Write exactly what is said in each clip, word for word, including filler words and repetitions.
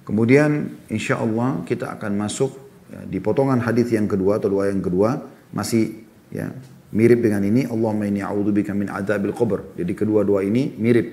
Kemudian insya Allah kita akan masuk ya, di potongan hadis yang kedua atau doa yang kedua masih ya mirip dengan ini. Allahumma inni a'udzubika min adzabil qabr. Jadi kedua doa ini mirip.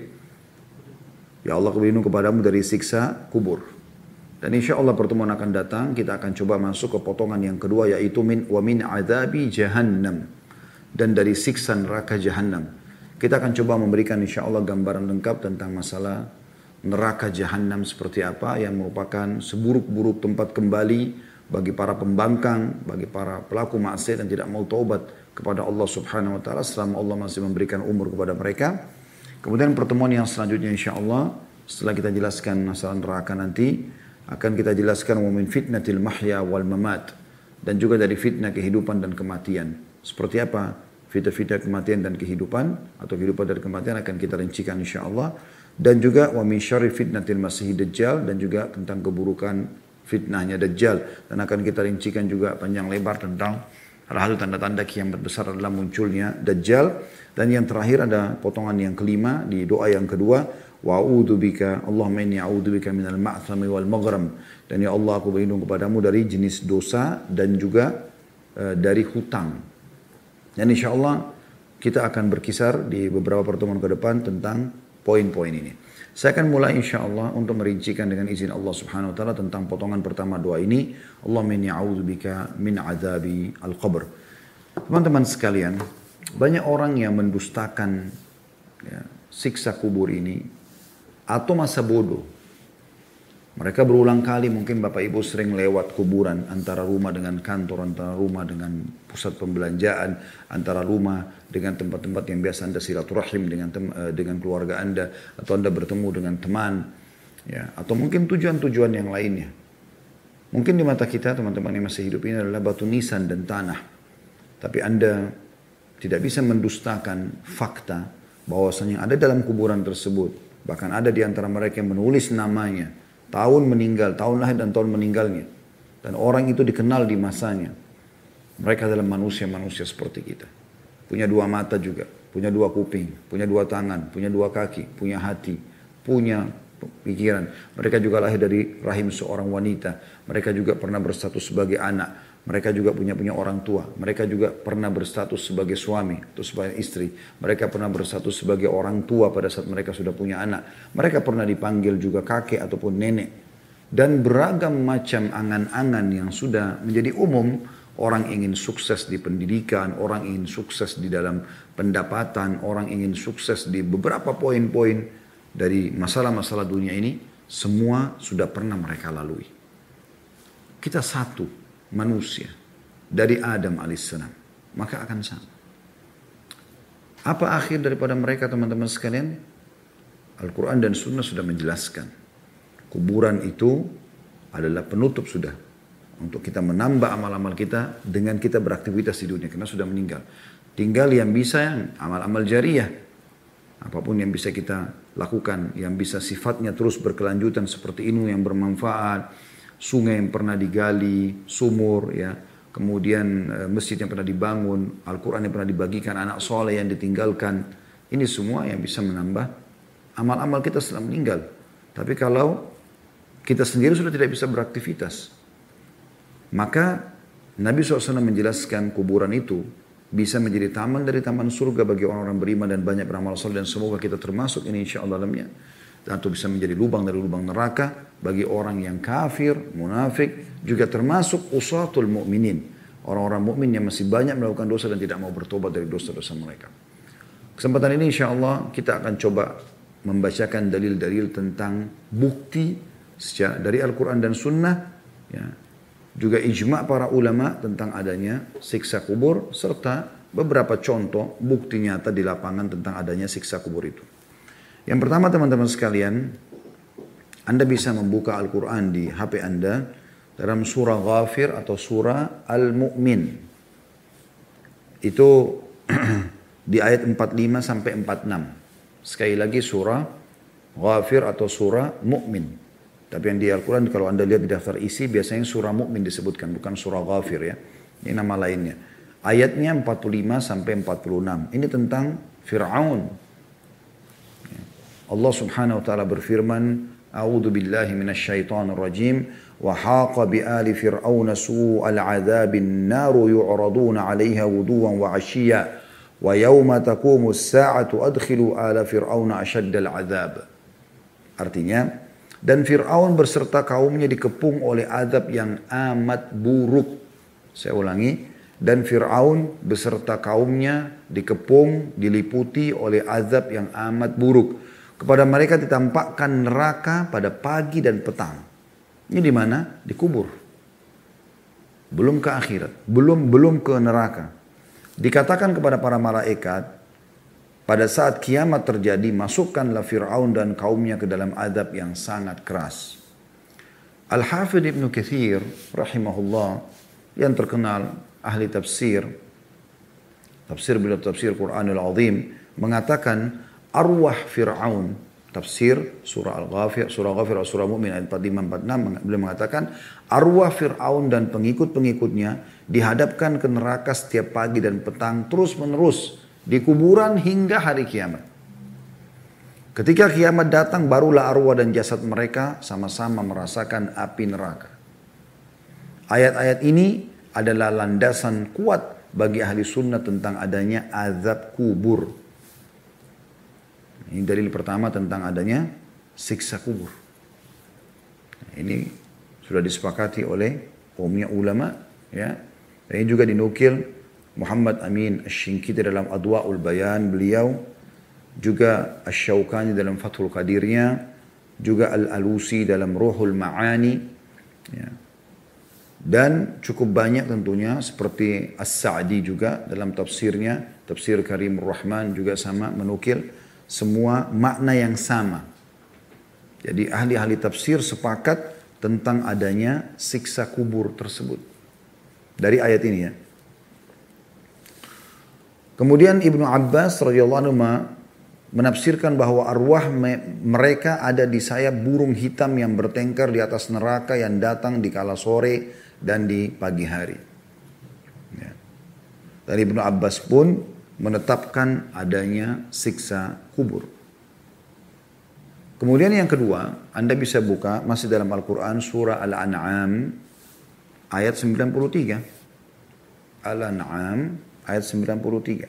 Ya Allah, aku berlindung kepadamu dari siksa kubur. Dan insya Allah pertemuan akan datang kita akan coba masuk ke potongan yang kedua yaitu min wa min adzabi jahannam, dan dari siksa neraka jahannam. Kita akan coba memberikan insya Allah gambaran lengkap tentang masalah neraka jahannam seperti apa, yang merupakan seburuk-buruk tempat kembali bagi para pembangkang, bagi para pelaku maksiat yang tidak mau taubat kepada Allah Subhanahu wa taala selama Allah masih memberikan umur kepada mereka. Kemudian pertemuan yang selanjutnya insya Allah setelah kita jelaskan masalah neraka nanti akan kita jelaskan wa min fitnatil mahya wal mamat, dan juga dari fitnah kehidupan dan kematian. Seperti apa fitnah-fitnah kematian dan kehidupan atau kehidupan dan kematian akan kita rincikan insya Allah. Dan juga wa min syarri fitnatil masih dajjal, dan juga tentang keburukan fitnahnya dajjal, dan akan kita rincikan juga panjang lebar tentang hal-hal tanda-tanda kiamat besar adalah munculnya dajjal. Dan yang terakhir ada potongan yang kelima di doa yang kedua, wa a'udzubika Allahumma inni a'udzubika minal ma'thami wal maghram, dan ya Allah aku berlindung kepadamu dari jenis dosa dan juga uh, dari hutang. Dan insya Allah kita akan berkisar di beberapa pertemuan ke depan tentang poin-poin ini. Saya akan mulai insya Allah untuk merincikan dengan izin Allah Subhanahu wa taala tentang potongan pertama doa ini. Allahumma inni a'udzubika min adzabi al-qabr. Teman-teman sekalian, banyak orang yang mendustakan ya, siksa kubur ini atau masa bodoh. Mereka berulang kali, mungkin Bapak Ibu sering lewat kuburan antara rumah dengan kantor, antara rumah dengan pusat pembelanjaan, antara rumah dengan tempat-tempat yang biasa Anda silaturahim dengan tem, dengan keluarga Anda, atau Anda bertemu dengan teman, ya, atau mungkin tujuan-tujuan yang lainnya. Mungkin di mata kita teman-teman yang masih hidup ini adalah batu nisan dan tanah, tapi Anda tidak bisa mendustakan fakta bahwasanya ada dalam kuburan tersebut, bahkan ada di antara mereka yang menulis namanya, tahun meninggal, tahun lahir dan tahun meninggalnya. Dan orang itu dikenal di masanya. Mereka adalah manusia-manusia seperti kita. Punya dua mata juga, punya dua kuping, punya dua tangan, punya dua kaki, punya hati, punya pikiran. Mereka juga lahir dari rahim seorang wanita. Mereka juga pernah berstatus sebagai anak. Mereka juga punya punya orang tua. Mereka juga pernah berstatus sebagai suami atau sebagai istri. Mereka pernah berstatus sebagai orang tua pada saat mereka sudah punya anak. Mereka pernah dipanggil juga kakek ataupun nenek. Dan beragam macam angan-angan yang sudah menjadi umum. Orang ingin sukses di pendidikan, orang ingin sukses di dalam pendapatan, orang ingin sukses di beberapa poin-poin dari masalah-masalah dunia ini. Semua sudah pernah mereka lalui. Kita satu manusia dari Adam alaihissalam, maka akan sama. Apa akhir daripada mereka teman-teman sekalian? Al-Quran dan Sunnah sudah menjelaskan. Kuburan itu adalah penutup sudah untuk kita menambah amal-amal kita dengan kita beraktivitas di dunia karena sudah meninggal. Tinggal yang bisa yang amal-amal jariah. Apapun yang bisa kita lakukan, yang bisa sifatnya terus berkelanjutan seperti ilmu yang bermanfaat, sungai yang pernah digali, sumur, ya, kemudian e, masjid yang pernah dibangun, Al-Quran yang pernah dibagikan, anak soleh yang ditinggalkan. Ini semua yang bisa menambah amal-amal kita setelah meninggal. Tapi kalau kita sendiri sudah tidak bisa beraktivitas, maka Nabi shallallahu alaihi wasallam menjelaskan kuburan itu bisa menjadi taman dari taman surga bagi orang-orang beriman dan banyak beramal soleh, dan semoga kita termasuk ini insya Allah dalamnya. Dan itu bisa menjadi lubang dari lubang neraka bagi orang yang kafir, munafik, juga termasuk usatul mu'minin. Orang-orang mukmin yang masih banyak melakukan dosa dan tidak mau bertobat dari dosa-dosa mereka. Kesempatan ini insya Allah kita akan coba membacakan dalil-dalil tentang bukti secara dari Al-Quran dan Sunnah, ya, juga ijma' para ulama tentang adanya siksa kubur, serta beberapa contoh bukti nyata di lapangan tentang adanya siksa kubur itu. Yang pertama teman-teman sekalian, Anda bisa membuka Al-Quran di H P Anda dalam surah Ghafir atau surah Al-Mu'min. Itu di ayat empat puluh lima sampai empat puluh enam. Sekali lagi surah Ghafir atau surah Mu'min. Tapi yang di Al-Quran kalau Anda lihat di daftar isi biasanya surah Mu'min disebutkan, bukan surah Ghafir ya. Ini nama lainnya. Ayatnya empat puluh lima sampai empat puluh enam. Ini tentang Fir'aun. Allah subhanahu wa ta'ala berfirman, A'udzu billahi minasyaitonir rajim. Wa haqa bi ali fir'auna su'al 'adzabin naru yu'raduna 'alaiha wuduwan wa 'ashiyya wa yauma taqumus sa'atu adkhilu ala fir'auna asyaddal 'adzab. Artinya, dan Fir'aun berserta kaumnya dikepung oleh azab yang amat buruk. Saya ulangi, dan Fir'aun beserta kaumnya dikepung, diliputi oleh azab yang amat buruk. Kepada mereka ditampakkan neraka pada pagi dan petang. Ini di mana? Di kubur. Belum ke akhirat, belum belum ke neraka. Dikatakan kepada para malaikat, pada saat kiamat terjadi, masukkanlah Fir'aun dan kaumnya ke dalam azab yang sangat keras. Al-Hafidh Ibn Katsir rahimahullah, yang terkenal ahli tafsir, tafsir beliau tafsir Quranul Azim, mengatakan arwah Fir'aun, tafsir surah Al-Ghafir, surah Ghafir atau surah Mu'min ayat empat puluh lima empat puluh enam, beliau mengatakan arwah Fir'aun dan pengikut-pengikutnya dihadapkan ke neraka setiap pagi dan petang terus menerus di kuburan hingga hari kiamat. Ketika kiamat datang, barulah arwah dan jasad mereka sama-sama merasakan api neraka. Ayat-ayat ini adalah landasan kuat bagi ahli sunnah tentang adanya azab kubur. Ini dalil pertama tentang adanya siksa kubur. Ini sudah disepakati oleh umumnya ulama, ya. Dan ini juga dinukil Muhammad Amin Asy-Syinkiti dalam Adwa'ul Bayan beliau, juga Asy-Syaukani dalam Fathul Qadirnya, juga Al-Alusi dalam Ruhul Ma'ani, ya. Dan cukup banyak tentunya seperti As-Sa'di juga dalam tafsirnya, tafsir Karimur Rahman juga sama menukil semua makna yang sama. Jadi ahli-ahli tafsir sepakat tentang adanya siksa kubur tersebut dari ayat ini, ya. Kemudian Ibnu Abbas radhiyallahu anhu menafsirkan bahwa arwah mereka ada di sayap burung hitam yang bertengkar di atas neraka yang datang di kala sore dan di pagi hari. Ya. Dan Ibnu Abbas pun menetapkan adanya siksa kubur. Kemudian yang kedua, Anda bisa buka masih dalam Al-Quran surah Al-An'am ayat sembilan puluh tiga. Al-An'am ayat sembilan puluh tiga.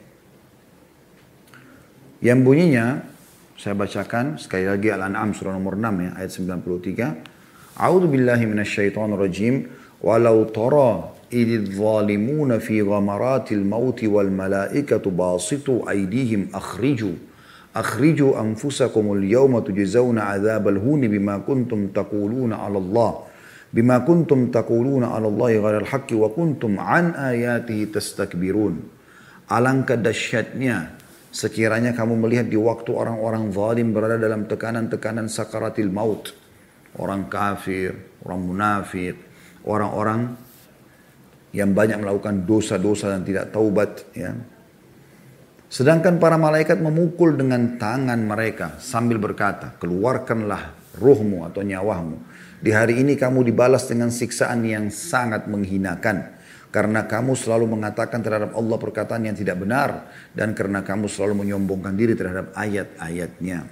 Yang bunyinya, saya bacakan sekali lagi Al-An'am surah nomor enam ya, ayat sembilan puluh tiga. A'udzu billahi minasyaitonir rajim. Walau tara idh zalimuna fi ghamaratil mauti wal malaikatu basitu aydihim akhriju akhriju anfusakumul yawma tujzauna adzabal huni bima kuntum taquluna 'ala Allah bima kuntum taquluna 'ala Allahi ghairal haqqi wa kuntum an ayatihi tastakbirun. Alangkah dahsyatnya sekiranya kamu melihat di waktu orang-orang zalim berada dalam tekanan-tekanan sakaratil maut, orang kafir, orang munafik, orang-orang yang banyak melakukan dosa-dosa dan tidak taubat, ya. Sedangkan para malaikat memukul dengan tangan mereka sambil berkata, keluarkanlah ruhmu atau nyawamu. Di hari ini kamu dibalas dengan siksaan yang sangat menghinakan. Karena kamu selalu mengatakan terhadap Allah perkataan yang tidak benar. Dan karena kamu selalu menyombongkan diri terhadap ayat-ayatnya.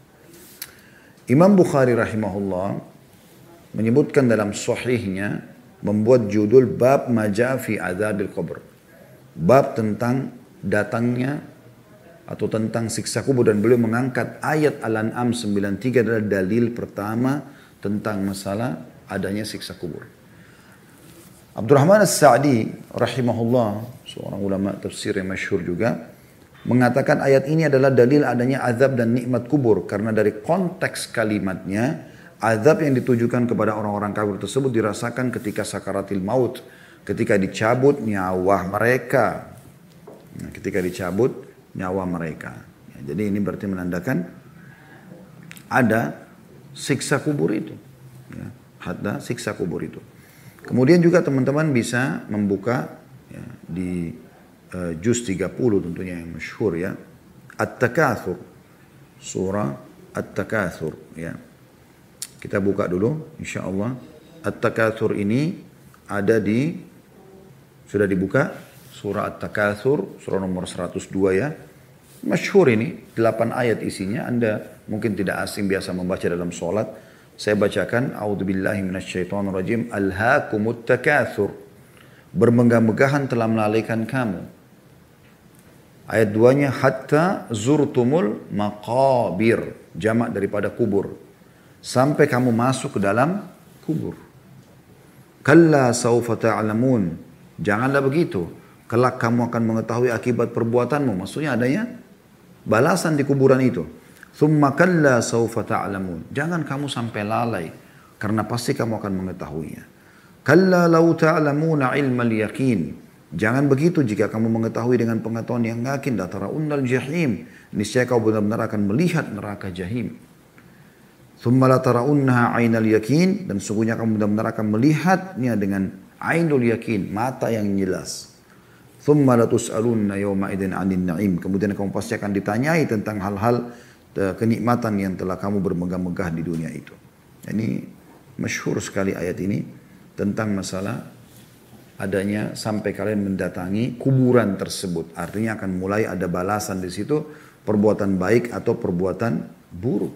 Imam Bukhari rahimahullah menyebutkan dalam sahihnya, membuat judul bab maja fi adzabil qabr. Bab tentang datangnya atau tentang siksa kubur, dan beliau mengangkat ayat Al-An'am sembilan puluh tiga adalah dalil pertama tentang masalah adanya siksa kubur. Abdurrahman As-Sa'di rahimahullah, seorang ulama tafsir yang masyhur juga, mengatakan ayat ini adalah dalil adanya azab dan nikmat kubur, karena dari konteks kalimatnya azab yang ditujukan kepada orang-orang kafir tersebut dirasakan ketika sakaratil maut, ketika dicabut nyawa mereka. Nah, ketika dicabut nyawa mereka. Ya, jadi ini berarti menandakan ada siksa kubur itu. Ya, ada siksa kubur itu. Kemudian juga teman-teman bisa membuka ya, di uh, juz tiga puluh tentunya yang masyhur, ya. At-Takatsur. Surah At-Takatsur, ya. Kita buka dulu insyaallah. At-Takatsur ini ada di, sudah dibuka surah At-Takatsur, surah nomor seratus dua, ya. Masyhur ini, delapan ayat isinya. Anda mungkin tidak asing, biasa membaca dalam sholat. Saya bacakan, A'udzubillahi minasyaitonirrajim. Alhaakumut takatsur. Bermegah-megahan telah melalaikan kamu. Ayat duanya, hatta zurtumul maqabir. Jamak daripada kubur. Sampai kamu masuk ke dalam kubur. Kalla sawfa ta'lamun. Janganlah begitu. Kelak kamu akan mengetahui akibat perbuatanmu. Maksudnya adanya balasan di kuburan itu. Thumma kalla sawfa ta'lamun. Jangan kamu sampai lalai. Karena pasti kamu akan mengetahuinya. Kalla law ta'lamuna ilmal yaqin. Jangan begitu jika kamu mengetahui dengan pengetahuan yang yakin. Lataraunal jahim. Niscaya kau benar-benar akan melihat neraka jahim. Thumma lataraunnaha ainal yakin. Dan sungguhnya kamu benar-benar akan melihatnya dengan ainul yakin. Mata yang jelas. Thumma latus'alunna yawma idin anin na'im. Kemudian kamu pasti akan ditanyai tentang hal-hal kenikmatan yang telah kamu bermegah-megah di dunia itu. Ini masyhur sekali ayat ini tentang masalah adanya sampai kalian mendatangi kuburan tersebut. Artinya akan mulai ada balasan di situ, perbuatan baik atau perbuatan buruk.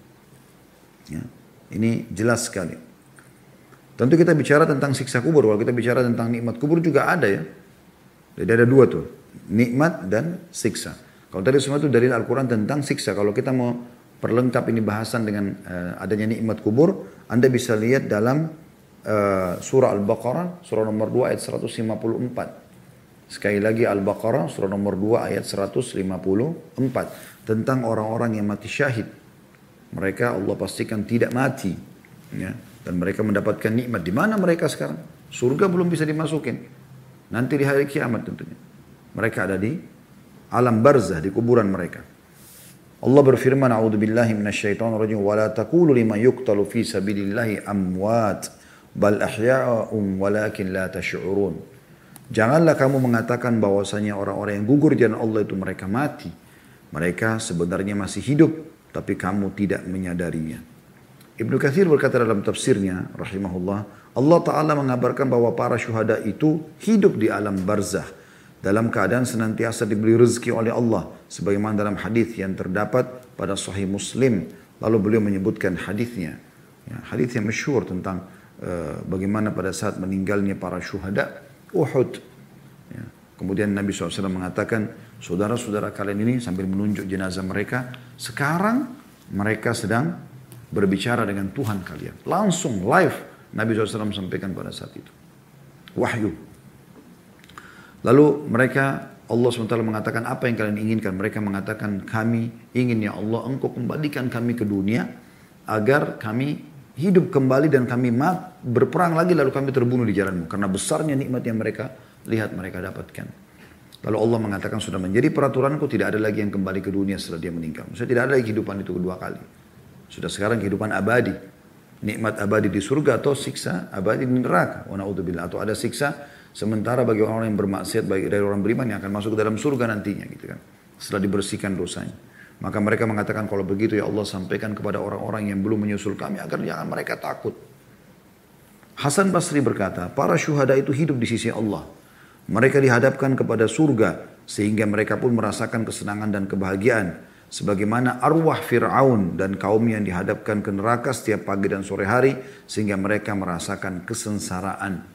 Ya, ini jelas sekali. Tentu kita bicara tentang siksa kubur. Kalau kita bicara tentang nikmat kubur juga ada ya. Jadi ada dua tuh, nikmat dan siksa. Kalau tadi semua itu dalil Al-Quran tentang siksa. Kalau kita mau perlengkap ini bahasan dengan uh, adanya nikmat kubur, Anda bisa lihat dalam uh, surah Al-Baqarah, surah nomor dua ayat seratus lima puluh empat. Sekali lagi Al-Baqarah, surah nomor dua ayat seratus lima puluh empat. Tentang orang-orang yang mati syahid. Mereka Allah pastikan tidak mati. Ya, dan mereka mendapatkan nikmat. Di mana mereka sekarang? Surga belum bisa dimasukin. Nanti di hari kiamat tentunya. Mereka ada di alam barzah, di kuburan mereka. Allah berfirman, A'udzubillahi minasyaitonirrajim, wa la taqulu liman yuqtalu fi sabilillahi amwat bal ahya'un walakin la tash'urun. Janganlah kamu mengatakan bahwasanya orang-orang yang gugur di jalan Allah itu mereka mati. Mereka sebenarnya masih hidup, tapi kamu tidak menyadarinya. Ibnu Katsir berkata dalam tafsirnya, rahimahullah, Allah Ta'ala mengabarkan bahwa para syuhada itu hidup di alam barzah. Dalam keadaan senantiasa diberi rezeki oleh Allah. Sebagaimana dalam hadis yang terdapat pada Sahih Muslim. Lalu beliau menyebutkan hadisnya. Ya, hadis yang masyhur tentang uh, bagaimana pada saat meninggalnya para syuhada Uhud. Ya, kemudian Nabi shallallahu alaihi wasallam mengatakan, saudara-saudara kalian ini sambil menunjuk jenazah mereka. Sekarang mereka sedang berbicara dengan Tuhan kalian. Langsung live Nabi shallallahu alaihi wasallam sampaikan pada saat itu. Wahyu. Lalu mereka, Allah subhanahu wa taala mengatakan, apa yang kalian inginkan? Mereka mengatakan, kami ingin ya Allah, engkau kembalikan kami ke dunia, agar kami hidup kembali dan kami berperang lagi, lalu kami terbunuh di jalanmu. Karena besarnya nikmat yang mereka lihat, mereka dapatkan. Lalu Allah mengatakan, sudah menjadi peraturanku, tidak ada lagi yang kembali ke dunia setelah dia meninggal. Maksudnya tidak ada lagi kehidupan itu kedua kali. Sudah sekarang kehidupan abadi. Nikmat abadi di surga atau siksa abadi di neraka. Wa na'udzubillah. Atau ada siksa sementara bagi orang yang bermaksiat, bagi dari orang beriman yang akan masuk ke dalam surga nantinya, gitu kan, setelah dibersihkan dosanya. Maka mereka mengatakan, kalau begitu ya Allah, sampaikan kepada orang-orang yang belum menyusul kami agar jangan mereka takut. Hasan Basri berkata, para syuhada itu hidup di sisi Allah. Mereka dihadapkan kepada surga sehingga mereka pun merasakan kesenangan dan kebahagiaan. Sebagaimana arwah Fir'aun dan kaumnya yang dihadapkan ke neraka setiap pagi dan sore hari sehingga mereka merasakan kesengsaraan.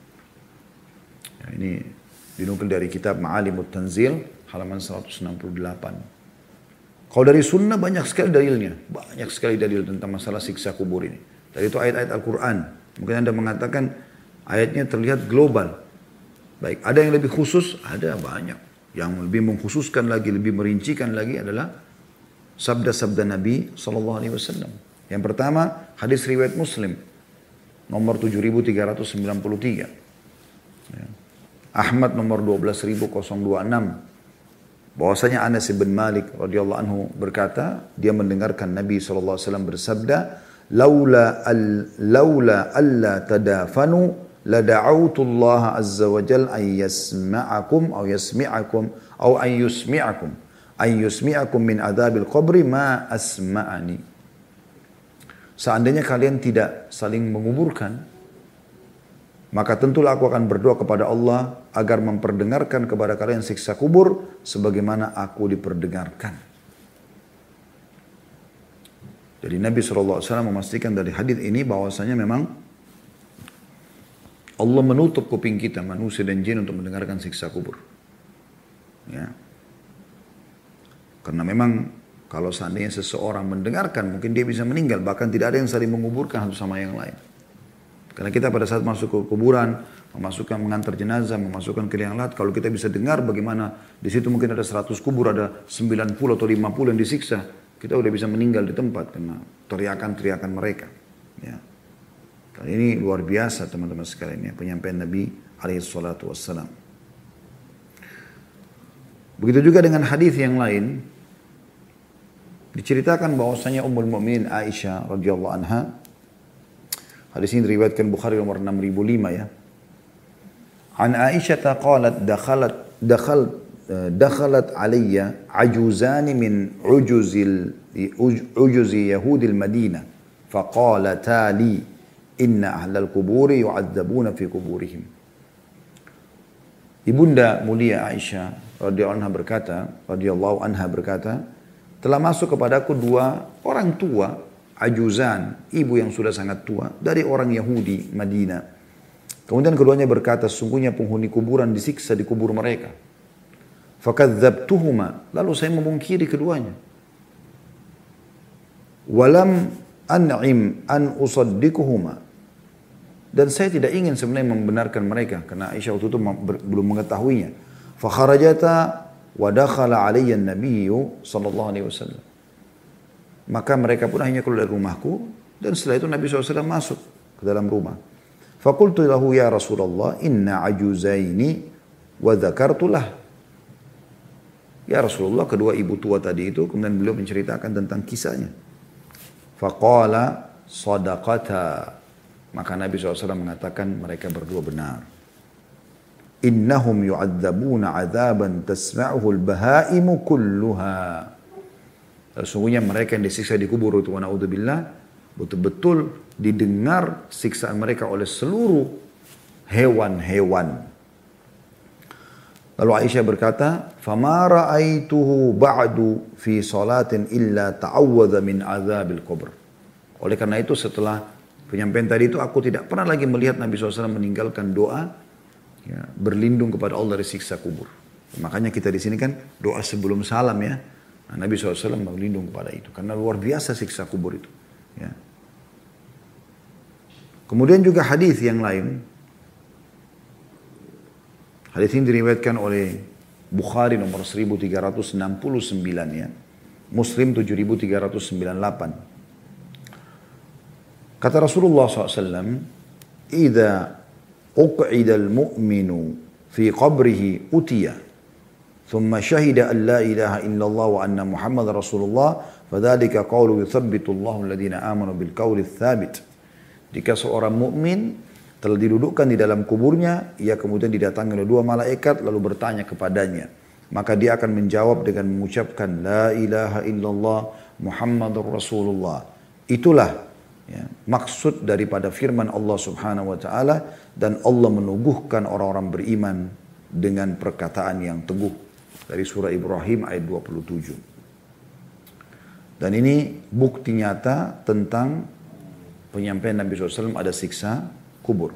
Ini dinukil dari kitab Ma'alimut Tanzil halaman seratus enam puluh delapan. Kalau dari sunnah banyak sekali dalilnya. Banyak sekali dalil tentang masalah siksa kubur ini. Dari itu ayat-ayat Al-Quran. Mungkin Anda mengatakan ayatnya terlihat global. Baik, ada yang lebih khusus? Ada banyak. Yang lebih mengkhususkan lagi, lebih merincikan lagi adalah sabda-sabda Nabi sallallahu alaihi wasallam. Yang pertama, hadis riwayat Muslim. Nomor tujuh ribu tiga ratus sembilan puluh tiga. Ya. Ahmad nomor dua belas ribu dua puluh enam. Bahwasanya Anas bin Malik radhiyallahu anhu berkata, dia mendengarkan Nabi sallallahu alaihi wasallam bersabda, "Laula al laula alla tadafanu la da'awtu Allah azza wa jalla ay yasma'akum aw yasmi'akum aw ay yusmi'akum ay yusmi'akum min adzabil qabri ma asma'ani." Seandainya kalian tidak saling menguburkan, maka tentulah aku akan berdoa kepada Allah agar memperdengarkan kepada kalian siksa kubur sebagaimana aku diperdengarkan. Jadi Nabi shallallahu alaihi wasallam memastikan dari hadis ini bahwasanya memang Allah menutup kuping kita, manusia dan jin, untuk mendengarkan siksa kubur. Ya. Karena memang kalau seandainya seseorang mendengarkan, mungkin dia bisa meninggal. Bahkan tidak ada yang saling menguburkan satu sama yang lain. Karena kita pada saat masuk ke kuburan, memasukkan, mengantar jenazah, memasukkan ke liang lahat, kalau kita bisa dengar bagaimana di situ mungkin ada seratus kubur, ada sembilan puluh atau lima puluh yang disiksa, kita udah bisa meninggal di tempat karena teriakan-teriakan mereka. Ya. Dan ini luar biasa teman-teman sekalian ya, penyampaian Nabi alaihi salatu wassalam. Begitu juga dengan hadis yang lain, diceritakan bahwasanya Ummul Mukminin Aisyah radhiyallahu anha, hadis ini diriwayatkan Bukhari nomor enam ribu lima ya. An Aisyah qalat dakhalat dakhal dakhalat alayya ajuzani min ujuzil ujuzi yahudil Madinah faqalata li inna ahlal kuburi yu'adzabuna fi kuburihim. Ibunda mulia Aisyah radhiyallahu anha berkata, radhiyallahu anha berkata, telah masuk kepadaku dua orang tua, ajuzan, ibu yang sudah sangat tua, dari orang Yahudi Madinah. Kemudian keduanya berkata, sungguhnya penghuni kuburan disiksa di kubur mereka. Fakadzabtuhuma, lalu saya memungkiri keduanya. Walam an'im an usaddikuhuma, dan saya tidak ingin sebenarnya membenarkan mereka karena Aisyah waktu itu belum mengetahuinya. Fakharajata wa dakhala alayya an-nabiyyu sallallahu alaihi wasallam. Maka mereka pun hanya keluar dari rumahku, dan setelah itu Nabi shallallahu alaihi wasallam masuk ke dalam rumah. Faqultu lahu ya Rasulullah inna ajuzaini wa dzakartulah. Ya Rasulullah, kedua ibu tua tadi itu, kemudian beliau menceritakan tentang kisahnya. Faqala sadaqata. Maka Nabi shallallahu alaihi wasallam mengatakan mereka berdua benar. Innahum yu'adzabuna 'adzaban tasma'uhu al-bahaimu kulluha. Sesungguhnya mereka yang disiksa di kubur itu, wa na'udzubillah, betul-betul didengar siksaan mereka oleh seluruh hewan-hewan. Lalu Aisyah berkata, "Fama ra'aituhu ba'du fi salatin illa ta'awwadha min 'adzabil qabr." Oleh karena itu setelah penyampaian tadi itu, aku tidak pernah lagi melihat Nabi shallallahu alaihi wasallam meninggalkan doa ya, berlindung kepada Allah dari siksa kubur. Makanya kita di sini kan doa sebelum salam ya. Nah, Nabi shallallahu alaihi wasallam berlindung kepada itu karena luar biasa siksa kubur itu. Ya. Kemudian juga hadis yang lain. Hadis ini diriwayatkan oleh Bukhari nomor seribu tiga ratus enam puluh sembilan ya. Muslim tujuh ribu tiga ratus sembilan puluh delapan. Kata Rasulullah shallallahu alaihi wasallam, "Idza uq'ida al-mu'minu fi qabrihi utiya, thumma syahida an la ilaha illallah wa anna Muhammad Rasulullah, fadzalika qawlu yuthabbitu Allahu alladhina amanu bil qawli tsabit." Jika seorang mukmin telah didudukkan di dalam kuburnya, ia kemudian didatangi oleh dua malaikat lalu bertanya kepadanya, maka dia akan menjawab dengan mengucapkan la ilaha illallah Muhammadur Rasulullah. Itulah ya, maksud daripada firman Allah subhanahu wa ta'ala, dan Allah menubuhkan orang-orang beriman dengan perkataan yang teguh, dari surah Ibrahim ayat dua puluh tujuh. Dan ini bukti nyata tentang penyampaian Nabi shallallahu alaihi wasallam ada siksa kubur.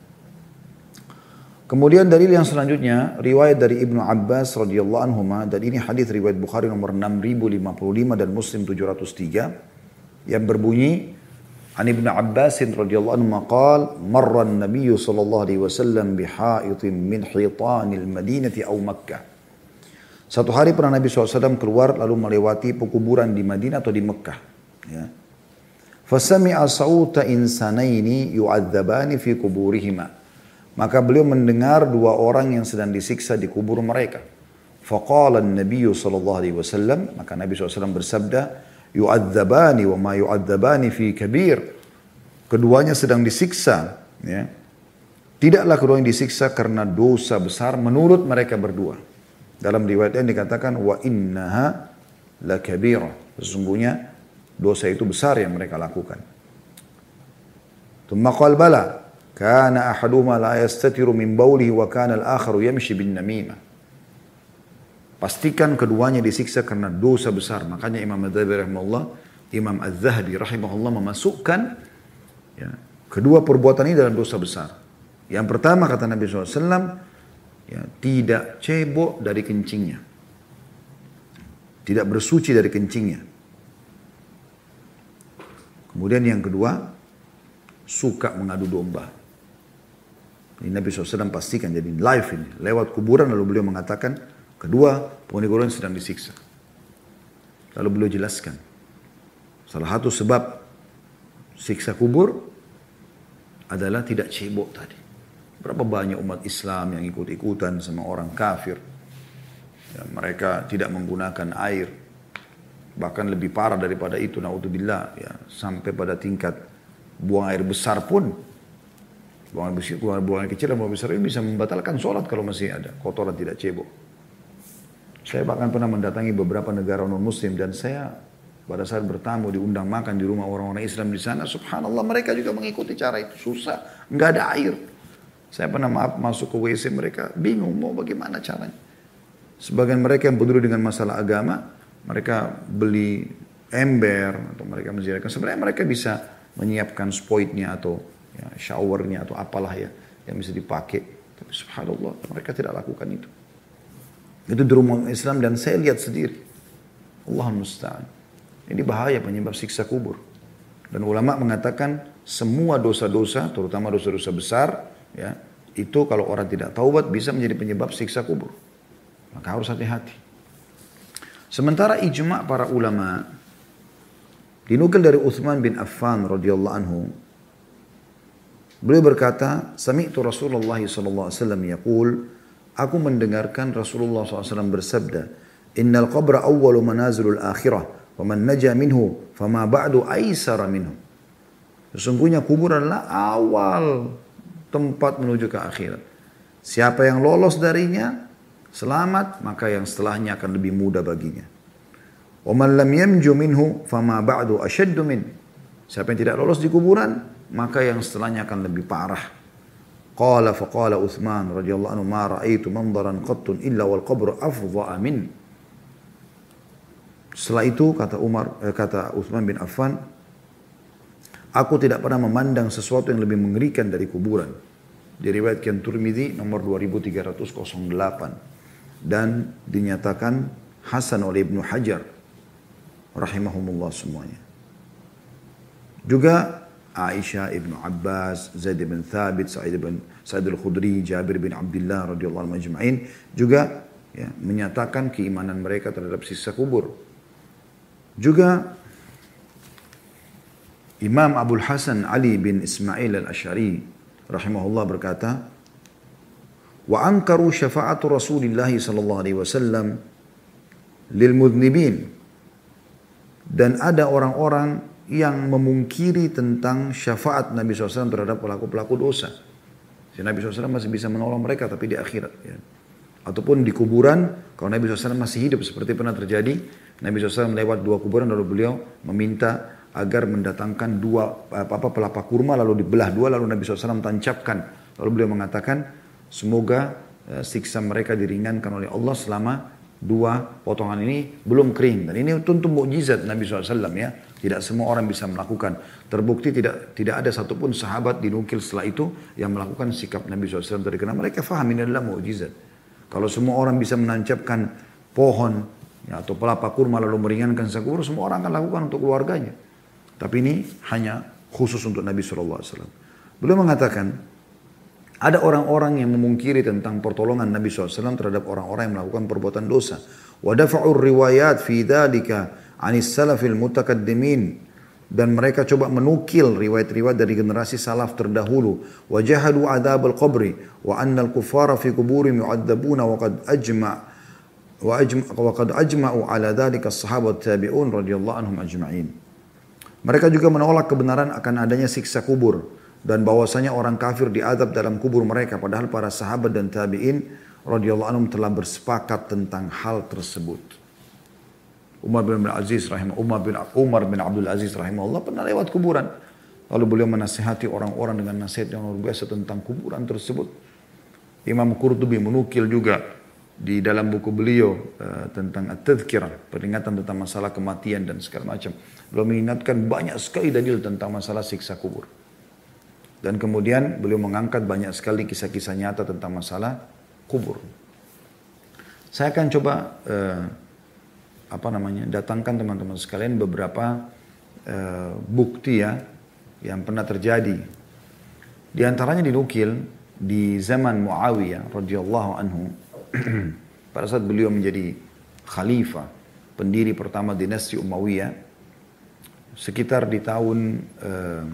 Kemudian dalil yang selanjutnya, riwayat dari Ibnu Abbas radhiyallahu anhuma, dan ini hadis riwayat Bukhari nomor enam ribu lima puluh lima dan Muslim tujuh ratus tiga, yang berbunyi, An Ibnu Abbas radhiyallahu anhu qala marra an-nabiy sallallahu alaihi wasallam bihaitin min hitanil Madinati aw Makkah. Satu hari pernah Nabi shallallahu alaihi wasallam keluar lalu melewati pekuburan di Madinah atau di Mekah. Ya. Fasami'a sauta insanaini yu'adzabani fi kuburihima. Maka beliau mendengar dua orang yang sedang disiksa di kubur mereka. Faqala an-nabiy sallallahu alaihi wasallam, maka Nabi shallallahu alaihi wasallam bersabda, yu'adzabani wa ma yu'adzabani fi kabir. Keduanya sedang disiksa, ya. Tidaklah keduanya disiksa karena dosa besar menurut mereka berdua. Dalam riwayat yang dikatakan wa innaha lakabirah. Sesungguhnya dosa itu besar yang mereka lakukan. Tsumma qala bala kana ahaduhuma la yastatiru min bawlihi wa kana al-akharu yamshi bin namimah. Pastikan keduanya disiksa karena dosa besar. Makanya Imam Madzhabi rahimahullah Imam Az-Zahabi rahimahullah memasukkan ya, kedua perbuatan ini dalam dosa besar. Yang pertama kata Nabi shallallahu alaihi wasallam, ya, tidak cebok dari kencingnya. Tidak bersuci dari kencingnya. Kemudian yang kedua, suka mengadu domba. Ini Nabi shallallahu alaihi wasallam pastikan, jadi live ini. Lewat kuburan lalu beliau mengatakan, kedua penghuni kuburan sedang disiksa. Lalu beliau jelaskan, salah satu sebab siksa kubur adalah tidak cebok tadi. Berapa banyak umat Islam yang ikut-ikutan sama orang kafir. Ya, mereka tidak menggunakan air. Bahkan lebih parah daripada itu, na'udzubillah. Ya, sampai pada tingkat buang air besar pun. Buang air, besar, buang air kecil dan buang air besar ini bisa membatalkan sholat kalau masih ada kotoran tidak cebok. Saya bahkan pernah mendatangi beberapa negara non-muslim dan saya pada saat bertamu diundang makan di rumah orang-orang Islam di sana, subhanallah mereka juga mengikuti cara itu. Susah, nggak ada air. Saya pernah maaf masuk ke W C mereka, bingung mau bagaimana caranya. Sebagian mereka yang peduli dengan masalah agama, mereka beli ember atau mereka menziarahkan. Sebenarnya mereka bisa menyiapkan spoitnya atau ya, showernya atau apalah ya yang bisa dipakai. Tapi subhanallah mereka tidak lakukan itu. Itu di rumah Islam dan saya lihat sendiri. Allahul musta'an. Ini bahaya penyebab siksa kubur. Dan ulama mengatakan semua dosa-dosa, terutama dosa-dosa besar, ya, itu kalau orang tidak taubat bisa menjadi penyebab siksa kubur. Maka harus hati-hati. Sementara ijma' para ulama dinukil dari Utsman bin Affan radhiyallahu anhu. Beliau berkata, "Sami'tu Rasulullah sallallahu alaihi wasallam yaqul," aku mendengarkan Rasulullah shallallahu alaihi wasallam bersabda, "Innal qabra awwalu manazilul akhirah, wa man naja minhu, fama ba'du aisara minhu." Sesungguhnya kubur adalah awal tempat menuju ke akhirat. Siapa yang lolos darinya, selamat, maka yang setelahnya akan lebih mudah baginya. Wa man lam yamju minhu, fama ba'du ashaddu min. Siapa yang tidak lolos di kuburan, maka yang setelahnya akan lebih parah. Qala faqala Utsman radhiyallahu anhu ma ra'aitu mandaran qattun illa wal qabru afdha'a min. Setelah itu kata Umar eh, kata Utsman bin Affan, aku tidak pernah memandang sesuatu yang lebih mengerikan dari kuburan. Diriwayatkan Tirmidzi nomor dua ribu tiga ratus delapan dan dinyatakan hasan oleh Ibnu Hajar rahimahumullah semuanya. Juga Aisyah, Ibnu Abbas, Zaid bin Thabit, Sa'id bin Sa'id al-Khudri, Jabir bin Abdullah radhiyallahu anhum ajma'in juga ya, menyatakan keimanan mereka terhadap siksa kubur. Juga Imam Abul Hasan Ali bin Ismail al-Asy'ari rahimahullah berkata, "Wa ankaru syafa'atu Rasulillah sallallahu alaihi wasallam lil mudhnibin." Dan ada orang-orang yang memungkiri tentang syafaat Nabi shallallahu alaihi wasallam terhadap pelaku-pelaku dosa. Jadi Nabi shallallahu alaihi wasallam masih bisa menolong mereka tapi di akhirat. Ya. Ataupun di kuburan, kalau Nabi shallallahu alaihi wasallam masih hidup seperti pernah terjadi, Nabi shallallahu alaihi wasallam lewat dua kuburan lalu beliau meminta agar mendatangkan dua apa-apa pelapa kurma lalu dibelah dua lalu Nabi shallallahu alaihi wasallam tancapkan. Lalu beliau mengatakan, semoga uh, siksa mereka diringankan oleh Allah selama dua potongan ini belum kering. Dan ini tentu mukjizat Nabi shallallahu alaihi wasallam ya. Tidak semua orang bisa melakukan. Terbukti tidak tidak ada satupun sahabat dinukil setelah itu yang melakukan sikap Nabi shallallahu alaihi wasallam tadi. Karena mereka faham ini adalah mukjizat. Kalau semua orang bisa menancapkan pohon ya, atau pelapa kurma lalu meringankan siksa kubur, semua orang akan lakukan untuk keluarganya. Tapi ini hanya khusus untuk Nabi shallallahu alaihi wasallam. Beliau mengatakan, ada orang-orang yang memungkiri tentang pertolongan Nabi shallallahu alaihi wasallam terhadap orang-orang yang melakukan perbuatan dosa. Wa dafa'ur riwayat fi dzalika 'anis salafil mutakaddimin, dan mereka coba menukil riwayat-riwayat dari generasi salaf terdahulu. Wa jahadu 'adzabal qabri wa annal kuffara fi quburihim yu'adzabuna wa qad ajma' wa ajma' wa qad ajma'u 'ala dzalika as-sahabat tabi'un radhiyallahu anhum ajma'in. Mereka juga menolak kebenaran akan adanya siksa kubur dan bahwasanya orang kafir diazab dalam kubur mereka, padahal para sahabat dan tabi'in radhiyallahu anhum telah bersepakat tentang hal tersebut. Umar bin Abdul Aziz rahimah Umar bin Umar bin Abdul Aziz rahimahullah pernah lewat kuburan. Lalu beliau menasihati orang-orang dengan nasihat yang luar biasa tentang kuburan tersebut. Imam Qurtubi menukil juga di dalam buku beliau uh, tentang At-Tadhkirah, peringatan tentang masalah kematian dan segala macam. Beliau mengingatkan banyak sekali dalil tentang masalah siksa kubur. Dan kemudian beliau mengangkat banyak sekali kisah-kisah nyata tentang masalah kubur. Saya akan coba uh, apa namanya datangkan teman-teman sekalian beberapa uh, bukti ya yang pernah terjadi. Di antaranya dinukil di zaman Muawiyah radhiyallahu anhu pada saat beliau menjadi khalifah, pendiri pertama dinasti Umayyah, sekitar di tahun uh,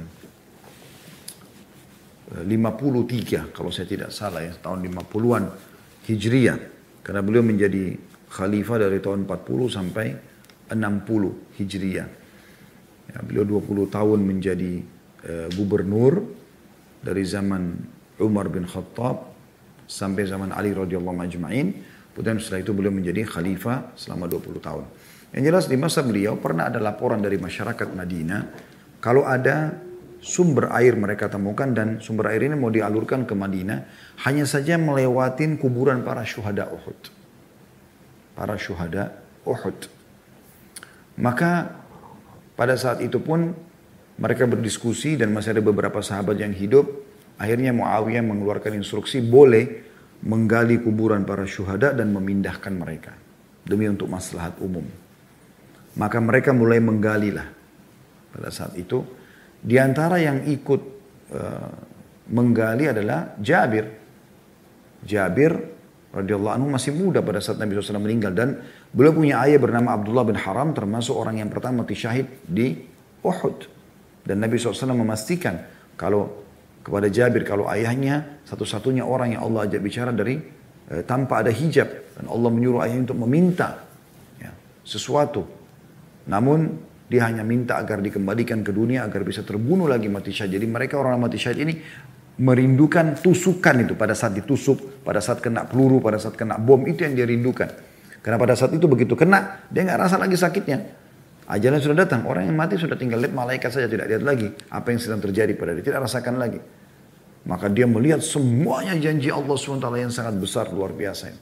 lima puluh tiga kalau saya tidak salah ya, tahun lima puluhan Hijriyah. Karena beliau menjadi khalifah dari tahun empat puluh sampai enam puluh Hijriyah. Ya, beliau dua puluh tahun menjadi uh, gubernur dari zaman Umar bin Khattab sampai zaman Ali radhiyallahu majma'in. Kemudian setelah itu beliau menjadi khalifah selama dua puluh tahun. Yang jelas di masa beliau pernah ada laporan dari masyarakat Madinah kalau ada sumber air mereka temukan dan sumber air ini mau dialurkan ke Madinah, hanya saja melewatin kuburan para syuhada Uhud. Para syuhada Uhud. Maka pada saat itu pun mereka berdiskusi dan masih ada beberapa sahabat yang hidup. Akhirnya Muawiyah mengeluarkan instruksi boleh menggali kuburan para syuhada dan memindahkan mereka demi untuk maslahat umum. Maka mereka mulai menggalilah pada saat itu. Di antara yang ikut uh, menggali adalah Jabir. Jabir radhiyallahu anhu masih muda pada saat Nabi shallallahu alaihi wasallam meninggal. Dan beliau punya ayah bernama Abdullah bin Haram, termasuk orang yang pertama mati syahid di Uhud. Dan Nabi shallallahu alaihi wasallam memastikan kalau kepada Jabir, kalau ayahnya satu-satunya orang yang Allah ajak bicara dari eh, tanpa ada hijab. Dan Allah menyuruh ayahnya untuk meminta ya, sesuatu. Namun dia hanya minta agar dikembalikan ke dunia agar bisa terbunuh lagi mati syahid. Jadi mereka orang mati syahid ini merindukan tusukan itu pada saat ditusuk, pada saat kena peluru, pada saat kena bom, itu yang dia rindukan. Karena pada saat itu begitu kena, dia nggak rasa lagi sakitnya. Ajalnya sudah datang, orang yang mati sudah tinggal lihat malaikat saja, tidak lihat lagi apa yang sedang terjadi pada dia, tidak rasakan lagi. Maka dia melihat semuanya janji Allah subhanahu wa taala yang sangat besar, luar biasa.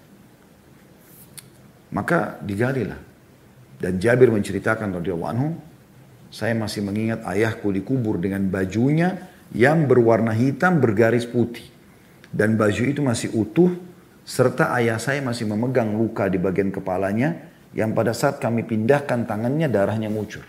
Maka digalilah. Dan Jabir menceritakan radhiyallahu anhu, saya masih mengingat ayahku dikubur dengan bajunya yang berwarna hitam bergaris putih. Dan baju itu masih utuh, serta ayah saya masih memegang luka di bagian kepalanya, yang pada saat kami pindahkan tangannya darahnya ngucur.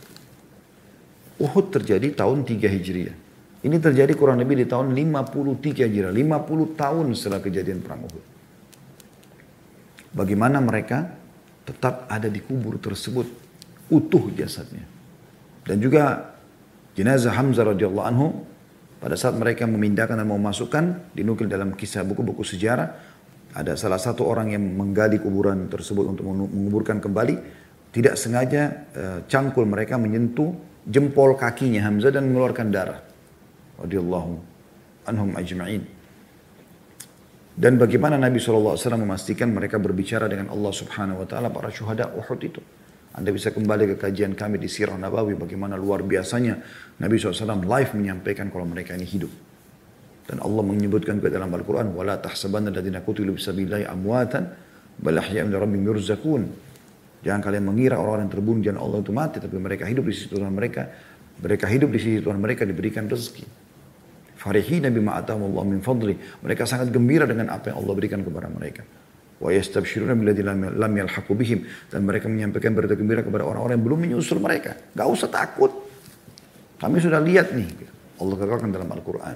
Uhud terjadi tahun tiga Hijriah. Ini terjadi kurang lebih di tahun lima puluh tiga Hijriah, lima puluh tahun setelah kejadian perang Uhud. Bagaimana mereka tetap ada di kubur tersebut, utuh jasadnya. Dan juga jenazah Hamzah radhiyallahu anhu, pada saat mereka memindahkan dan mau masukkan, dinukil dalam kisah buku-buku sejarah, ada salah satu orang yang menggali kuburan tersebut untuk menguburkan kembali, tidak sengaja uh, cangkul mereka menyentuh jempol kakinya Hamzah dan mengeluarkan darah. Radhiyallahu anhum ajma'in. Dan bagaimana Nabi shallallahu alaihi wasallam memastikan mereka berbicara dengan Allah subhanahu wa ta'ala para syuhada Uhud itu. Anda bisa kembali ke kajian kami di Sirah Nabawi, bagaimana luar biasanya Nabi shallallahu alaihi wasallam live menyampaikan kalau mereka ini hidup. Dan Allah menyebutkan ke dalam Al-Quran, وَلَا تَحْسَبَنَّ الَّذِينَ قُتِلُوا بِسَبِيلِ اللَّهِ أَمْوَاتًا بَلْ أَحْيَاءٌ عِندَ رَبِّهِمْ يُرْزَقُونَ. Jangan kalian mengira orang-orang yang terbunuh jalan Allah itu mati, tapi mereka hidup di sisi Tuhan mereka. Mereka hidup di sisi Tuhan mereka diberikan rezeki. Farihina bima atahumullah min fadli. Mereka sangat gembira dengan apa yang Allah berikan kepada mereka. Wa yastabshiruna billadzi lam yalhaqu bihim. Dan mereka menyampaikan berita gembira kepada orang-orang yang belum menyusul mereka. Gak usah takut. Kami sudah lihat nih. Allah katakan dalam Al-Quran.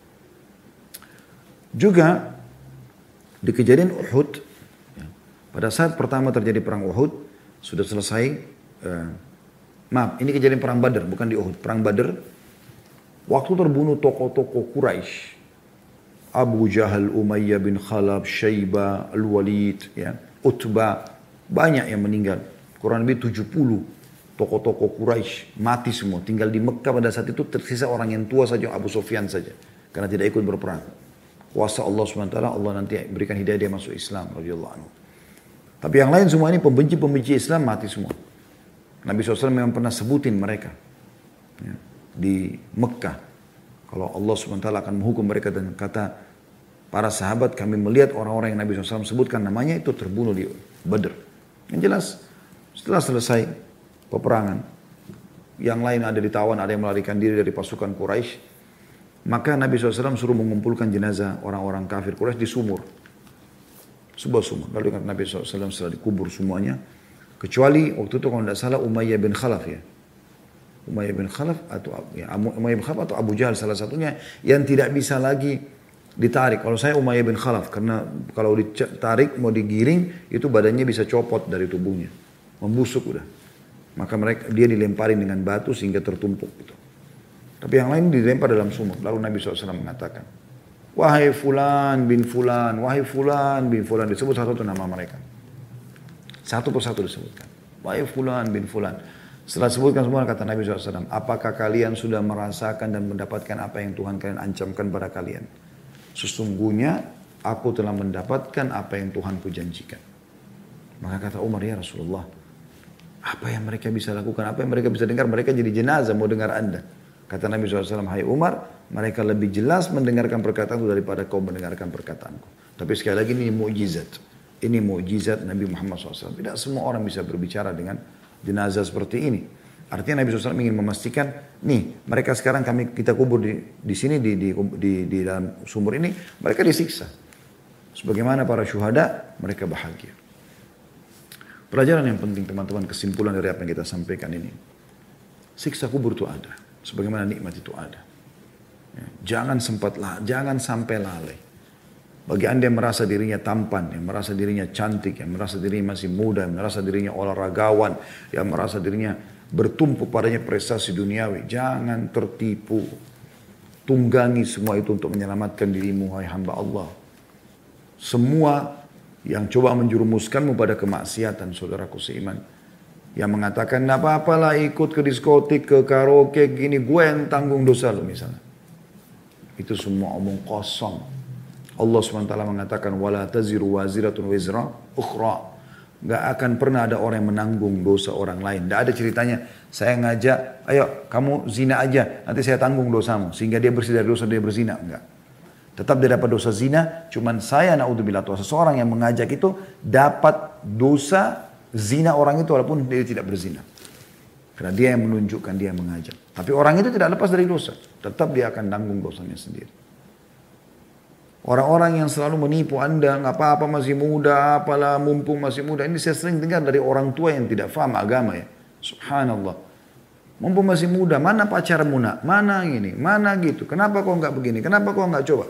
Juga di kejadian Uhud, pada saat pertama terjadi perang Uhud, sudah selesai. Uh, maaf, ini kejadian perang Badar, bukan di Uhud. Perang Badar. Waktu terbunuh tokoh-tokoh Quraisy, Abu Jahal, Umayyah bin Khalaf, Syaibah, Al-Walid, ya, Utbah, banyak yang meninggal. Kurang lebih tujuh puluh tokoh-tokoh Quraisy mati semua. Tinggal di Mekah pada saat itu tersisa orang yang tua saja, Abu Sufyan saja. Karena tidak ikut berperang. Kuasa Allah subhanahu wa taala, Allah nanti berikan hidayah dia masuk Islam radhiyallahu anhu. Tapi yang lain semua ini pembenci-pembenci Islam mati semua. Nabi shallallahu alaihi wasallam memang pernah sebutin mereka. Ya. Di Mekah, kalau Allah subhanahu wa taala akan menghukum mereka dan kata Para sahabat kami melihat orang-orang yang Nabi shallallahu alaihi wasallam sebutkan namanya itu terbunuh di Badr. Yang jelas setelah selesai peperangan, yang lain ada ditawan, ada yang melarikan diri dari pasukan Quraisy. Maka Nabi shallallahu alaihi wasallam suruh mengumpulkan jenazah orang-orang kafir Quraisy di sumur. Sebuah sumur. Lalu dengan Nabi shallallahu alaihi wasallam setelah dikubur semuanya. Kecuali waktu itu kalau tidak salah Umayyah bin Khalaf ya. Umayyah bin Khalaf atau ya, Umayyah bin Khalaf atau Abu Jahal salah satunya yang tidak bisa lagi ditarik. Kalau saya Umayyah bin Khalaf karena kalau ditarik mau digiring itu badannya bisa copot dari tubuhnya. Membusuk udah. Maka mereka dia dilemparin dengan batu sehingga tertumpuk gitu. Tapi yang lain dilempar dalam sumur. Lalu Nabi shallallahu alaihi wasallam mengatakan, wahai fulan bin fulan, wahai fulan bin fulan. Disebut satu-satu nama mereka. Satu persatu disebutkan. Wahai fulan bin fulan. Setelah disebutkan semua kata Nabi shallallahu alaihi wasallam, apakah kalian sudah merasakan dan mendapatkan apa yang Tuhan kalian ancamkan pada kalian? Sesungguhnya aku telah mendapatkan apa yang Tuhan ku janjikan. Maka kata Umar, ya Rasulullah, apa yang mereka bisa lakukan? Apa yang mereka bisa dengar? Mereka jadi jenazah mau dengar anda. Kata Nabi shallallahu alaihi wasallam, hai Umar, mereka lebih jelas mendengarkan perkataanku daripada kau mendengarkan perkataanku. Tapi sekali lagi ini mukjizat. Ini mukjizat Nabi Muhammad shallallahu alaihi wasallam. Tidak semua orang bisa berbicara dengan jenazah seperti ini. Artinya Nabi shallallahu alaihi wasallam ingin memastikan, nih mereka sekarang kami kita kubur di, di sini, di, di, di, di dalam sumur ini, mereka disiksa. Sebagaimana para syuhada, mereka bahagia. Pelajaran yang penting teman-teman, kesimpulan dari apa yang kita sampaikan ini. Siksa kubur itu ada. Sebagaimana nikmat itu ada. Ya, jangan sempat lah, jangan sampai lalai. Bagi anda yang merasa dirinya tampan, yang merasa dirinya cantik, yang merasa dirinya masih muda, yang merasa dirinya olahragawan, yang merasa dirinya bertumpu padanya prestasi duniawi, jangan tertipu. Tunggangi semua itu untuk menyelamatkan dirimu, hai hamba Allah. Semua yang coba menjerumuskanmu pada kemaksiatan, saudaraku seiman, yang mengatakan, nggak apa-apalah ikut ke diskotik, ke karaoke, gini, gue yang tanggung dosa lu misalnya. Itu semua omong kosong. Allah subhanahu wa taala mengatakan, wala taziru waziratun wizra ukhra. Nggak akan pernah ada orang yang menanggung dosa orang lain. Nggak ada ceritanya, saya ngajak, ayo kamu zina aja, nanti saya tanggung dosamu. Sehingga dia bersih dari dosa, dia berzina. Enggak. Tetap dia dapat dosa zina, cuman saya na'udzubillah, seseorang yang mengajak itu dapat dosa zina orang itu walaupun dia tidak berzina. Karena dia yang menunjukkan, dia yang mengajak. Tapi orang itu tidak lepas dari dosa. Tetap dia akan tanggung dosanya sendiri. Orang-orang yang selalu menipu anda, nggak apa-apa masih muda, apalah mumpung masih muda. Ini saya sering dengar dari orang tua yang tidak paham agama ya. Subhanallah. Mumpung masih muda, mana pacarmu nak? Mana ini? Mana gitu? Kenapa kau nggak begini? Kenapa kau nggak coba?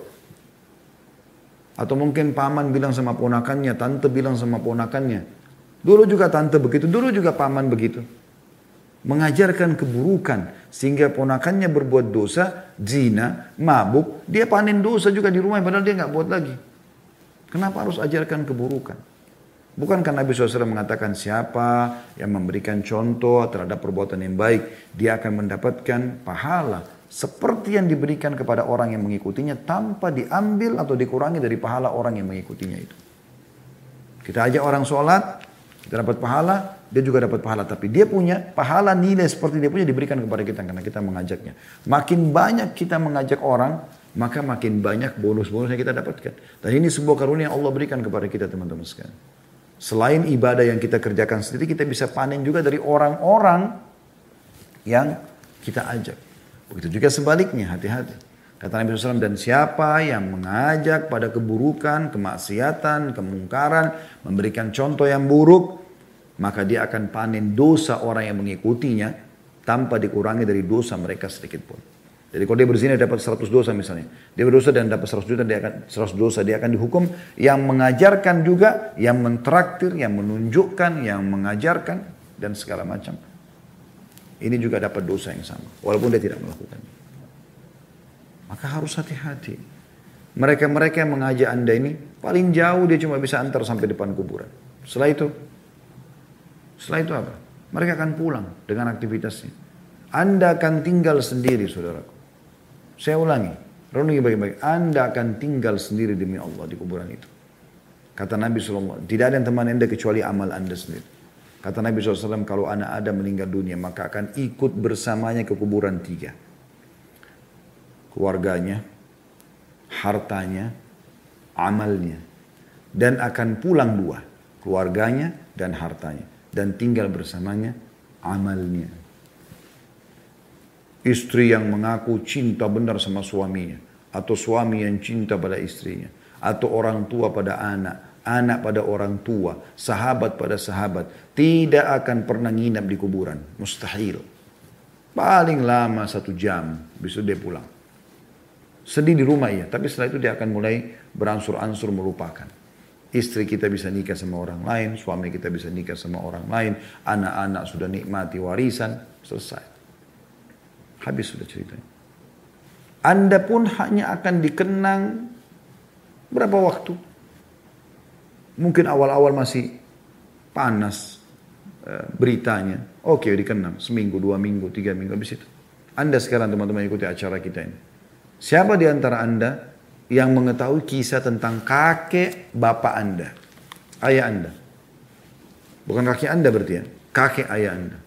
Atau mungkin paman bilang sama ponakannya, tante bilang sama ponakannya. Dulu juga tante begitu, dulu juga paman begitu. Mengajarkan keburukan sehingga ponakannya berbuat dosa, zina, mabuk, dia panen dosa juga di rumah padahal dia nggak buat lagi. Kenapa harus ajarkan keburukan? Bukankah Nabi shallallahu alaihi wasallam mengatakan siapa yang memberikan contoh terhadap perbuatan yang baik, dia akan mendapatkan pahala seperti yang diberikan kepada orang yang mengikutinya tanpa diambil atau dikurangi dari pahala orang yang mengikutinya itu. Kita ajak orang sholat, kita dapat pahala, dia juga dapat pahala. Tapi dia punya pahala nilai seperti dia punya diberikan kepada kita karena kita mengajaknya. Makin banyak kita mengajak orang, maka makin banyak bonus-bonus yang kita dapatkan. Dan ini sebuah karunia yang Allah berikan kepada kita teman-teman sekalian. Selain ibadah yang kita kerjakan sendiri, kita bisa panen juga dari orang-orang yang kita ajak. Begitu juga sebaliknya, hati-hati. Kata Nabi shallallahu alaihi wasallam, dan siapa yang mengajak pada keburukan, kemaksiatan, kemungkaran, memberikan contoh yang buruk, maka dia akan panen dosa orang yang mengikutinya tanpa dikurangi dari dosa mereka sedikit pun. Jadi kalau dia berzina dapat seratus dosa misalnya, dia berdosa dan dapat seratus juta, dia akan seratus dosa, dia akan dihukum. Yang mengajarkan juga, yang mentraktir, yang menunjukkan, yang mengajarkan dan segala macam. Ini juga dapat dosa yang sama, walaupun dia tidak melakukannya. Maka harus hati-hati. Mereka-mereka yang mengajak anda ini, paling jauh dia cuma bisa antar sampai depan kuburan. Setelah itu, setelah itu apa? Mereka akan pulang dengan aktivitasnya. Anda akan tinggal sendiri, saudaraku. Saya ulangi, renungi baik-baik. Anda akan tinggal sendiri demi Allah di kuburan itu. Kata Nabi shallallahu alaihi wasallam, tidak ada yang teman anda kecuali amal anda sendiri. Kata Nabi shallallahu alaihi wasallam, kalau anak Adam meninggal dunia, maka akan ikut bersamanya ke kuburan tiga. Keluarganya, hartanya, amalnya. Dan akan pulang dua, keluarganya dan hartanya. Dan tinggal bersamanya amalnya. Istri yang mengaku cinta benar sama suaminya. Atau suami yang cinta pada istrinya. Atau orang tua pada anak. Anak pada orang tua. Sahabat pada sahabat. Tidak akan pernah nginap di kuburan. Mustahil. Paling lama satu jam. Besok dia pulang. Sedih di rumah iya. Tapi setelah itu dia akan mulai beransur-ansur melupakan. Istri kita bisa nikah sama orang lain. Suami kita bisa nikah sama orang lain. Anak-anak sudah nikmati warisan. Selesai. Habis sudah ceritanya. Anda pun hanya akan dikenang berapa waktu. Mungkin awal-awal masih panas e, beritanya. Oke dikenang. Seminggu, dua minggu, tiga minggu. Habis itu. Anda sekarang teman-teman ikuti acara kita ini. Siapa di antara Anda yang mengetahui kisah tentang kakek bapak Anda? Ayah Anda. Bukan kakek Anda berarti ya. Kakek ayah Anda.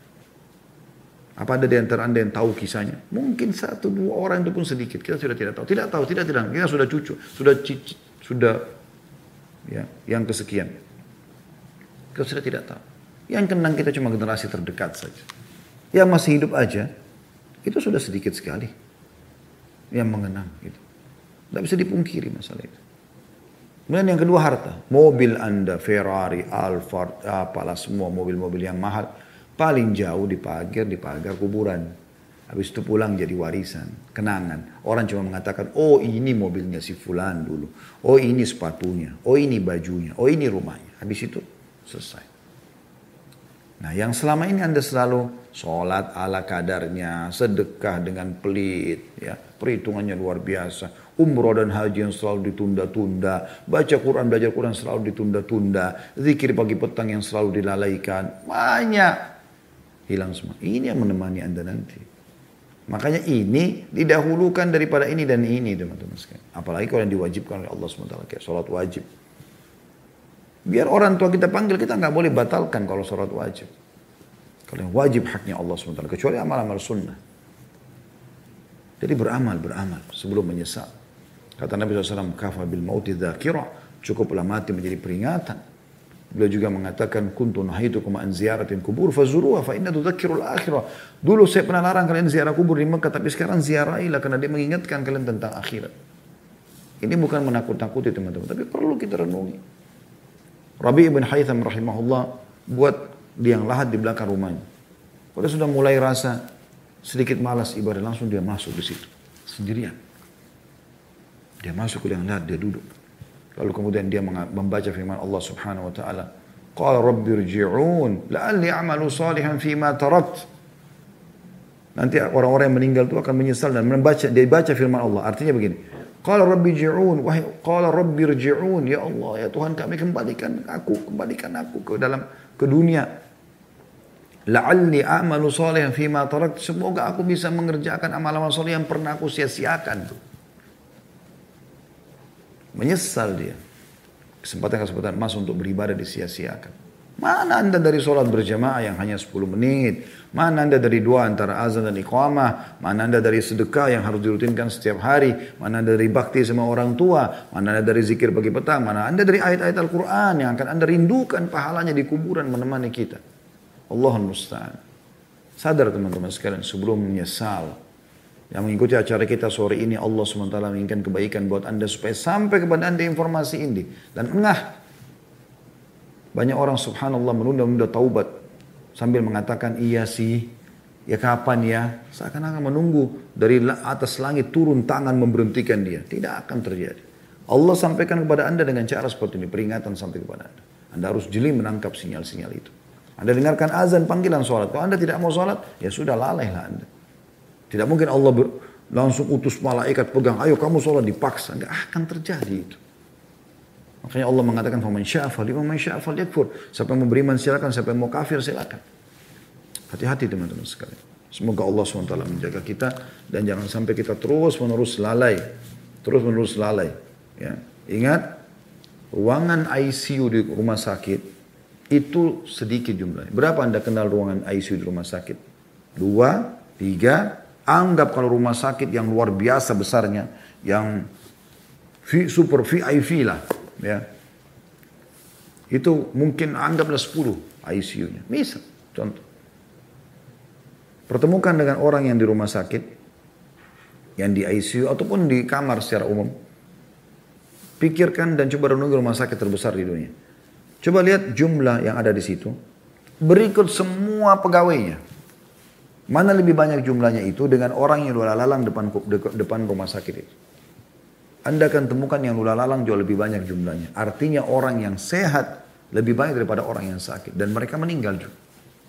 Apa ada di antara Anda yang tahu kisahnya? Mungkin satu dua orang itu pun sedikit. Kita sudah tidak tahu. Tidak tahu, tidak tidak. Kita sudah cucu, sudah cici, sudah ya, yang kesekian. Kita sudah tidak tahu. Yang kenang kita cuma generasi terdekat saja. Yang masih hidup aja, itu sudah sedikit sekali. Yang mengenang gitu. Tidak bisa dipungkiri masalah itu. Kemudian yang kedua harta. Mobil Anda, Ferrari, Alphard, apalah semua mobil-mobil yang mahal. Paling jauh dipagar, dipagar kuburan. Habis itu pulang jadi warisan, kenangan. Orang cuma mengatakan, oh ini mobilnya si fulan dulu. Oh ini sepatunya, oh ini bajunya, oh ini rumahnya. Habis itu selesai. Nah yang selama ini Anda selalu sholat ala kadarnya, sedekah dengan pelit, ya, perhitungannya luar biasa. Umroh dan haji yang selalu ditunda-tunda, baca Quran, belajar Quran selalu ditunda-tunda, zikir pagi petang yang selalu dilalaikan, banyak. Hilang semua. Ini yang menemani Anda nanti. Makanya ini didahulukan daripada ini dan ini teman-teman sekalian. Apalagi kalau yang diwajibkan oleh Allah subhanahu wa taala kayak sholat wajib. Biar orang tua kita panggil, kita nggak boleh batalkan kalau sholat wajib. Kalau yang wajib haknya Allah subhanahu wa taala. Kecuali amal-amal sunnah. Jadi beramal, beramal sebelum menyesal. Kata Nabi shallallahu alaihi wasallam, kafa bil mauti dzakira. Cukuplah mati menjadi peringatan. Beliau juga mengatakan, kuntu nahitukum an ziyaratin kubur fazuruha fa inna tudzakkirul akhirah. Dulu saya pernah larang kalian ziarah kubur di Mekah, tapi sekarang ziarahilah karena dia mengingatkan kalian tentang akhirat. Ini bukan menakut-nakuti teman-teman, tapi perlu kita renungi. Rabi' ibn Haytham rahimahullah buat liang lahat di belakang rumahnya. Pada sudah mulai rasa sedikit malas ibadah, langsung dia masuk di situ sendirian. Dia masuk ke liang lahat, dia duduk. Lalu kemudian dia membaca firman Allah subhanahu wa ta'ala. Qala rabbi rji'un la'alli a'malu salihan fima tarakt. Nanti orang-orang yang meninggal itu akan menyesal dan membaca, dia baca firman Allah. Artinya begini. Qala rabbi rji'un. Wahai, qala rabbi rji'un. Ya Allah, ya Tuhan kami kembalikan aku, kembalikan aku ke dalam, ke dunia. La'alli a'malu salihan fima tarakt. Semoga aku bisa mengerjakan amal-amal saleh yang pernah aku sia-siakan. Menyesal dia. Kesempatan-kesempatan emas untuk beribadah disia-siakan. Mana Anda dari sholat berjamaah yang hanya sepuluh menit? Mana Anda dari doa antara azan dan iqamah? Mana Anda dari sedekah yang harus dirutinkan setiap hari? Mana Anda dari bakti sama orang tua? Mana Anda dari zikir pagi petang? Mana Anda dari ayat-ayat Al-Quran yang akan Anda rindukan pahalanya di kuburan menemani kita? Allahul Musta'an. Sadar teman-teman sekalian sebelum menyesal. Yang mengikuti acara kita sore ini, Allah subhanahu wa taala menginginkan kebaikan buat Anda supaya sampai kepada Anda informasi ini. Dan engah. Banyak orang subhanallah menunda-nunda taubat. Sambil mengatakan, iya sih, ya kapan ya. Seakan-akan menunggu dari atas langit turun tangan memberhentikan dia. Tidak akan terjadi. Allah sampaikan kepada Anda dengan cara seperti ini. Peringatan sampai kepada Anda. Anda harus jeli menangkap sinyal-sinyal itu. Anda dengarkan azan panggilan sholat. Kalau Anda tidak mau sholat, ya sudah lalailah Anda. Tidak mungkin Allah ber, langsung utus malaikat pegang, ayo kamu sholat dipaksa. Enggak akan terjadi itu. Makanya Allah mengatakan, faman syaa falyu'min, man syaa falyakfur. Siapa yang mau beriman silakan, siapa yang mau kafir silakan. Hati-hati teman-teman sekalian. Semoga Allah subhanahu wa taala menjaga kita dan jangan sampai kita terus menerus lalai, terus menerus lalai. Ya. Ingat, ruangan I C U di rumah sakit itu sedikit jumlahnya. Berapa Anda kenal ruangan I C U di rumah sakit? Dua, tiga. Anggap kalau rumah sakit yang luar biasa besarnya, yang super V I P lah. Ya. Itu mungkin anggaplah sepuluh I C U-nya. Misal, contoh. Pertemukan dengan orang yang di rumah sakit, yang di I C U ataupun di kamar secara umum. Pikirkan dan coba renungi rumah sakit terbesar di dunia. Coba lihat jumlah yang ada di situ. Berikut semua pegawainya. Mana lebih banyak jumlahnya itu dengan orang yang lalang depan depan rumah sakit itu. Anda akan temukan yang lalang jauh lebih banyak jumlahnya. Artinya orang yang sehat lebih banyak daripada orang yang sakit. Dan mereka meninggal juga.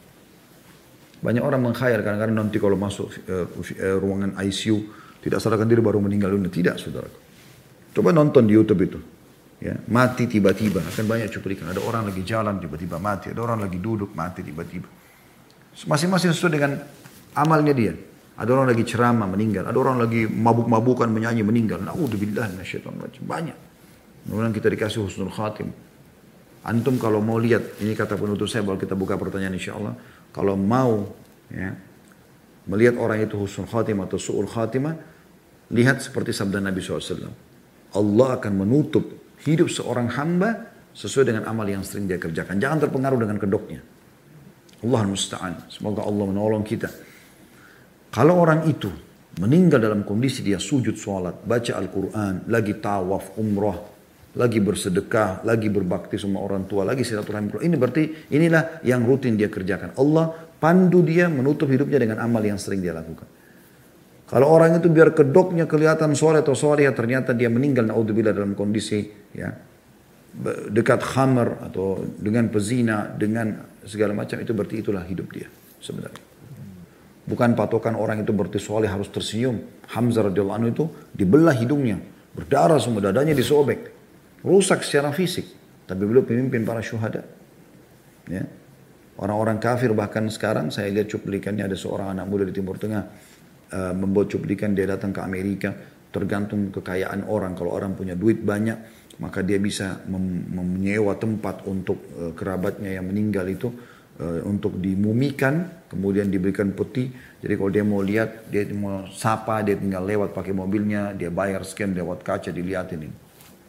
Banyak orang mengkhayal kadang-kadang nanti kalau masuk uh, uh, ruangan I C U tidak sadarkan diri baru meninggal dunia. Tidak, saudara. Coba nonton di YouTube itu. Ya, mati tiba-tiba. Akan banyak cuplikan. Ada orang lagi jalan tiba-tiba mati. Ada orang lagi duduk mati tiba-tiba. Masing-masing sesuai dengan amalnya dia. Ada orang lagi ceramah meninggal. Ada orang lagi mabuk-mabukan menyanyi meninggal. Na'udzubillah minasyaitonir rajim. Banyak. Kemudian kita dikasih husnul khatim. Antum kalau mau lihat, ini kata penutup saya bahwa kita buka pertanyaan insya Allah. Kalau mau ya, melihat orang itu husnul khatim atau su'ul khatimah, lihat seperti sabda Nabi shallallahu alaihi wasallam. Allah akan menutup hidup seorang hamba sesuai dengan amal yang sering dia kerjakan. Jangan terpengaruh dengan kedoknya. Allah musta'an. Semoga Allah menolong kita. Kalau orang itu meninggal dalam kondisi dia sujud sholat, baca Al-Quran, lagi tawaf, umrah, lagi bersedekah, lagi berbakti sama orang tua, lagi silaturahmi. Ini berarti inilah yang rutin dia kerjakan. Allah pandu dia menutup hidupnya dengan amal yang sering dia lakukan. Kalau orang itu biar kedoknya kelihatan soleh atau soleh, ternyata dia meninggal naudzubillah dalam kondisi ya dekat khamar atau dengan pezina, dengan segala macam, itu berarti itulah hidup dia sebenarnya. Bukan patokan orang itu berarti soleh harus tersenyum. Hamzah radhiyallahu anhu itu dibelah hidungnya, berdarah semua, dadanya disobek, rusak secara fisik. Tapi beliau pemimpin para syuhada. Ya. Orang-orang kafir bahkan sekarang saya lihat cuplikannya, ada seorang anak muda di Timur Tengah uh, membuat cuplikan, dia datang ke Amerika, tergantung kekayaan orang. Kalau orang punya duit banyak, maka dia bisa mem- menyewa tempat untuk uh, kerabatnya yang meninggal itu uh, untuk dimumikan, kemudian diberikan peti. Jadi kalau dia mau lihat, dia mau sapa, dia tinggal lewat pakai mobilnya, dia bayar scan lewat kaca, dilihatin ini.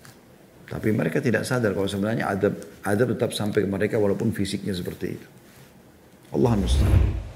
Tapi mereka tidak sadar kalau sebenarnya adab, adab tetap sampai ke mereka walaupun fisiknya seperti itu. Allah musta'an.